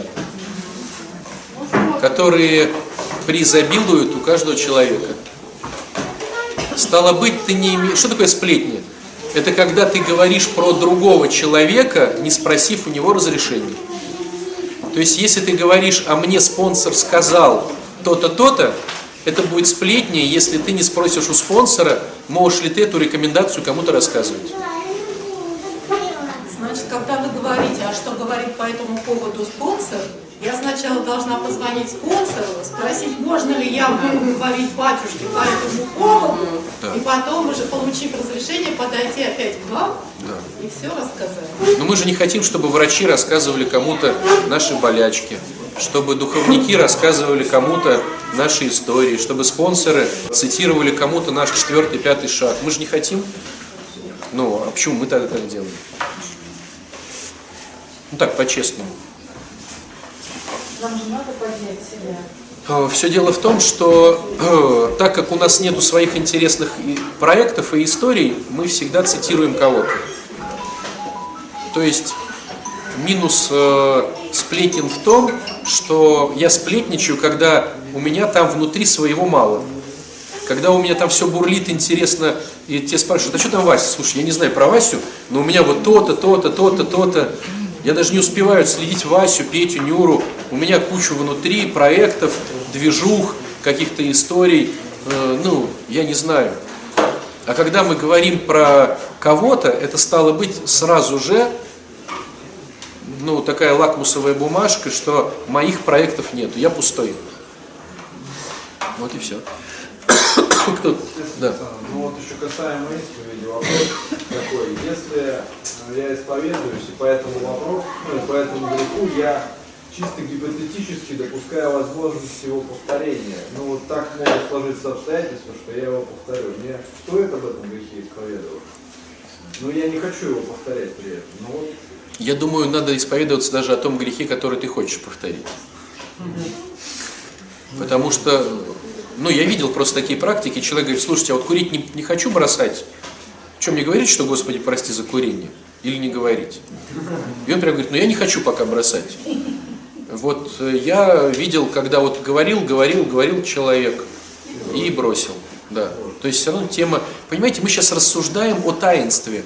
S1: которые преизобилуют у каждого человека. Стало быть, ты не имеешь... Что такое сплетни? Это когда ты говоришь про другого человека, не спросив у него разрешения. То есть, если ты говоришь, а мне спонсор сказал то-то, то-то, это будет сплетня, если ты не спросишь у спонсора, можешь ли ты эту рекомендацию кому-то рассказывать.
S7: Значит, когда вы говорите, а что говорит по этому поводу спонсор, я сначала должна позвонить спонсору, спросить, можно ли я буду говорить батюшке по этому поводу, да. И потом, уже получив разрешение, подойти опять к вам, да. И все рассказать.
S1: Но мы же не хотим, чтобы врачи рассказывали кому-то наши болячки, чтобы духовники рассказывали кому-то наши истории, чтобы спонсоры цитировали кому-то наш 4-й, 5-й шаг. Мы же не хотим. Ну, а почему мы тогда так делаем? Ну так, по-честному.
S6: Нам же надо поднять себя.
S1: Все дело в том, что так как у нас нету своих интересных проектов и историй, мы всегда цитируем кого-то. То есть минус сплетен в том, что я сплетничаю, когда у меня там внутри своего мало. Когда у меня там все бурлит, интересно, и те спрашивают, а что там Вася? Слушай, я не знаю про Васю, но у меня вот то-то, то-то, то-то, то-то. Я даже не успеваю следить Васю, Петю, Нюру. У меня куча внутри проектов, движух, каких-то историй. Я не знаю. А когда мы говорим про кого-то, это стало быть сразу же, такая лакмусовая бумажка, что моих проектов нету, я пустой. Вот и все. Кто? Да.
S9: Вот еще касаемо исповеди, вопрос такой. Если я исповедуюсь, и по этому вопросу, по этому греху я чисто гипотетически допускаю возможность его повторения. Вот так могут сложиться обстоятельства, что я его повторю. Мне стоит об этом грехе исповедовать? Но я не хочу его повторять при этом.
S1: Я думаю, надо исповедоваться даже о том грехе, который ты хочешь повторить. Потому что, я видел просто такие практики, человек говорит, слушайте, а вот курить не хочу бросать. Что, мне говорить, что Господи, прости за курение? Или не говорить? И он прям говорит, я не хочу пока бросать. Вот я видел, когда вот говорил человек и бросил. Да. То есть все равно тема, понимаете, мы сейчас рассуждаем о таинстве.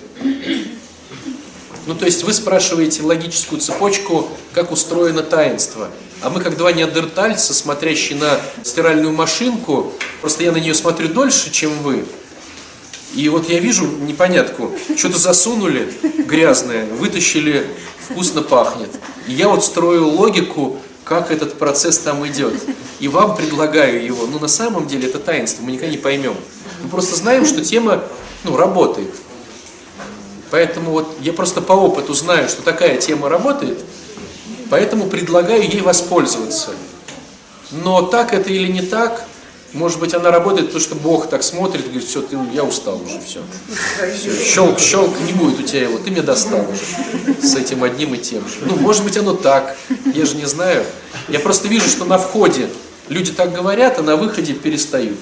S1: То есть вы спрашиваете логическую цепочку, как устроено таинство. А мы как два неандертальца, смотрящие на стиральную машинку, просто я на нее смотрю дольше, чем вы. И вот я вижу непонятку, что-то засунули грязное, вытащили, вкусно пахнет. И я вот строю логику, как этот процесс там идет. И вам предлагаю его. На самом деле это таинство, мы никогда не поймем. Мы просто знаем, что тема, работает. Поэтому вот я просто по опыту знаю, что такая тема работает, поэтому предлагаю ей воспользоваться. Но так это или не так, может быть, она работает, потому что Бог так смотрит и говорит, все, я устал уже, все. Щелк, не будет у тебя его, ты меня достал уже с этим одним и тем же. Может быть, оно так, я же не знаю. Я просто вижу, что на входе люди так говорят, а на выходе перестают.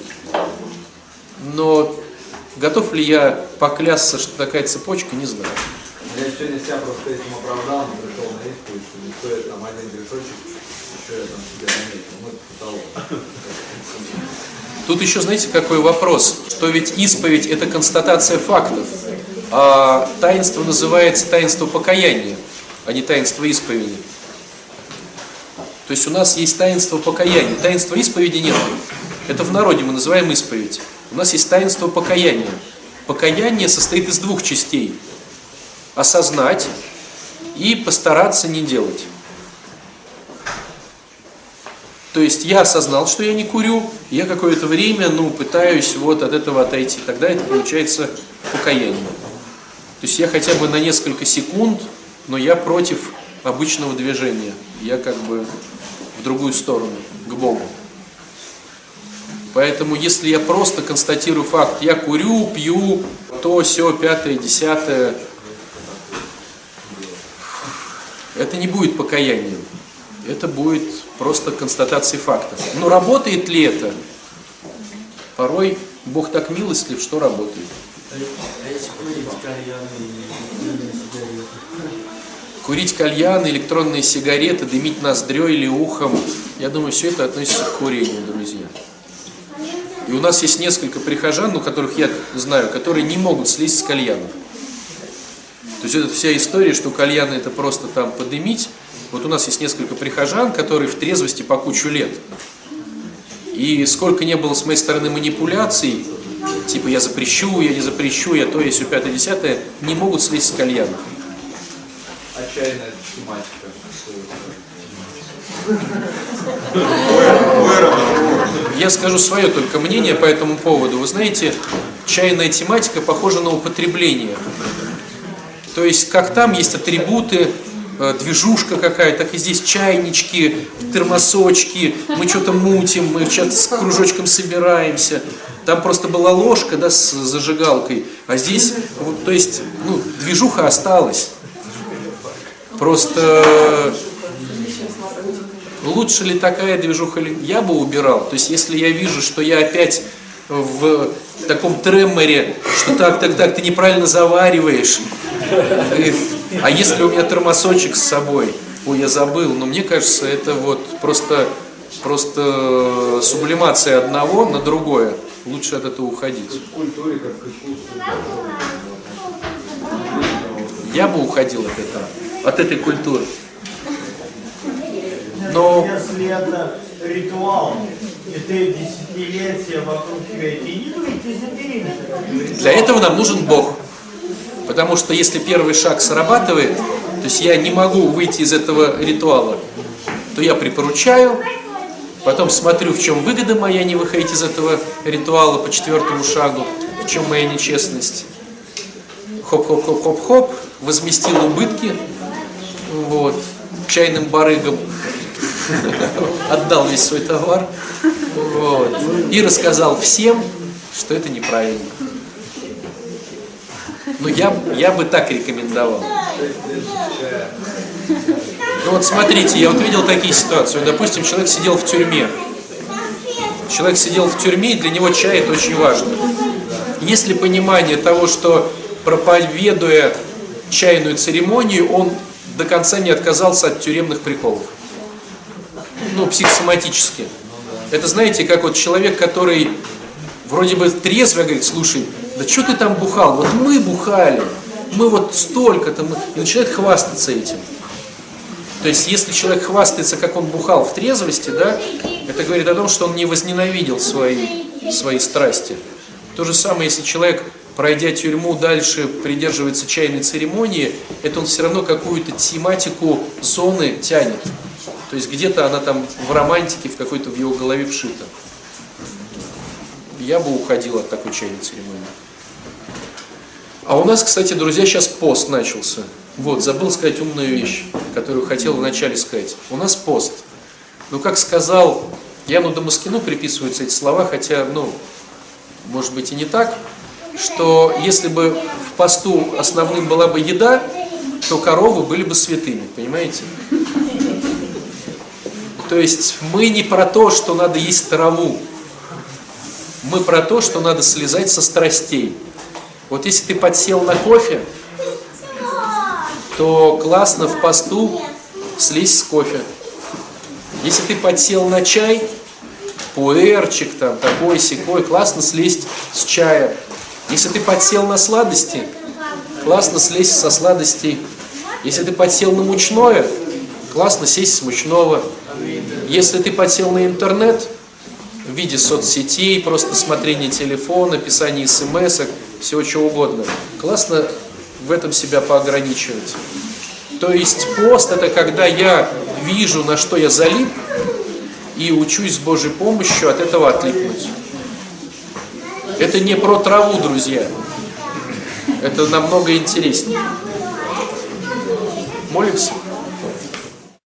S1: Но готов ли я поклясться, что такая цепочка, не знаю.
S9: Я сегодня себя просто этим оправдал, но пришел на исповедь, что не стоит там один грешочек, еще я там себя наметил.
S1: Тут еще, знаете, какой вопрос, что ведь исповедь это констатация фактов, а таинство называется таинство покаяния, а не таинство исповеди. То есть у нас есть таинство покаяния, таинства исповеди нет. Это в народе мы называем исповедь. У нас есть таинство покаяния. Покаяние состоит из двух частей. Осознать и постараться не делать. То есть я осознал, что я не курю, и я какое-то время, пытаюсь от этого отойти. Тогда это получается покаяние. То есть я хотя бы на несколько секунд, но я против обычного движения. Я в другую сторону, к Богу. Поэтому, если я просто констатирую факт, я курю, пью, то, сё, 5-е, 10-е, это не будет покаянием. Это будет просто констатацией фактов. Но работает ли это? Порой Бог так милостлив, что работает. Курить кальяны, электронные сигареты, дымить ноздрёй или ухом, я думаю, все это относится к курению, друзья. И у нас есть несколько прихожан, которых я знаю, которые не могут слезть с кальянов. То есть это вся история, что кальяны это просто там подымить. Вот у нас есть несколько прихожан, которые в трезвости по кучу лет. И сколько не было с моей стороны манипуляций, типа я запрещу, я не запрещу, я то, я сё, 5-е, 10-е, не могут слезть с кальянов.
S9: Отчаянная тематика.
S1: Я скажу свое только мнение по этому поводу. Вы знаете, чайная тематика похожа на употребление. То есть, как там есть атрибуты, движушка какая-то, так и здесь чайнички, термосочки, мы что-то мутим, мы что-то с кружочком собираемся. Там просто была ложка, с зажигалкой, а здесь, то есть, движуха осталась. Просто лучше ли такая движуха, я бы убирал. То есть, если я вижу, что я опять в таком треморе, что так, ты неправильно завариваешь, а если у меня термосочек с собой, я забыл, но мне кажется, это просто сублимация одного на другое. лучше от этого уходить.
S9: В культуре, как к искусству.
S1: Я бы уходил от этого, от этой культуры. Но
S11: если это ритуал, и ты десятилетия вокруг тебя идти, не выйти за периметр.
S1: для этого нам нужен Бог. Потому что если первый шаг срабатывает, то есть я не могу выйти из этого ритуала, то я припоручаю, потом смотрю, в чем выгода моя не выходить из этого ритуала по 4-му шагу, в чем моя нечестность. Хоп-хоп-хоп-хоп-хоп, возместил убытки, вот, чайным барыгам, отдал весь свой товар, вот, и рассказал всем, что это неправильно. Но я бы так рекомендовал. Ну вот смотрите, я вот видел такие ситуации. Допустим, человек сидел в тюрьме. Человек сидел в тюрьме, и для него чай это очень важно. Есть ли понимание того, что проповедуя чайную церемонию, он до конца не отказался от тюремных приколов? Ну, психосоматически. Это, знаете, как вот человек, который вроде бы трезвый, говорит: слушай, да что ты там бухал? Вот мы бухали, мы вот столько-то, и начинает хвастаться этим. То есть, если человек хвастается, как он бухал в трезвости, да, это говорит о том, что он не возненавидел свои страсти. То же самое, если человек, пройдя тюрьму, дальше придерживается чайной церемонии, это он все равно какую-то тематику зоны тянет. То есть, где-то она там в романтике, в какой-то в его голове вшита. Я бы уходил от такой чайной церемонии. А у нас, кстати, друзья, сейчас пост начался. Вот, забыл сказать умную вещь, которую хотел вначале сказать. У нас пост. Ну, как сказал Яну Дамаскину, приписываются эти слова, хотя, может быть и не так, что если бы в посту основным была бы еда, то коровы были бы святыми, понимаете? То есть мы не про то, что надо есть траву, мы про то, что надо слезать со страстей. Вот если ты подсел на кофе, то классно в посту слезть с кофе. Если ты подсел на чай, пуэрчик там, такой-сякой, классно слезть с чая. Если ты подсел на сладости, классно слезть со сладостей. Если ты подсел на мучное, классно сесть с мучного. Если ты подсел на интернет в виде соцсетей, просто смотрения телефона, писания смс-ок, всего чего угодно, классно в этом себя поограничивать. То есть пост — это когда я вижу, на что я залип, и учусь с Божьей помощью от этого отлипнуть. Это не про траву, друзья. Это намного интереснее. Молимся?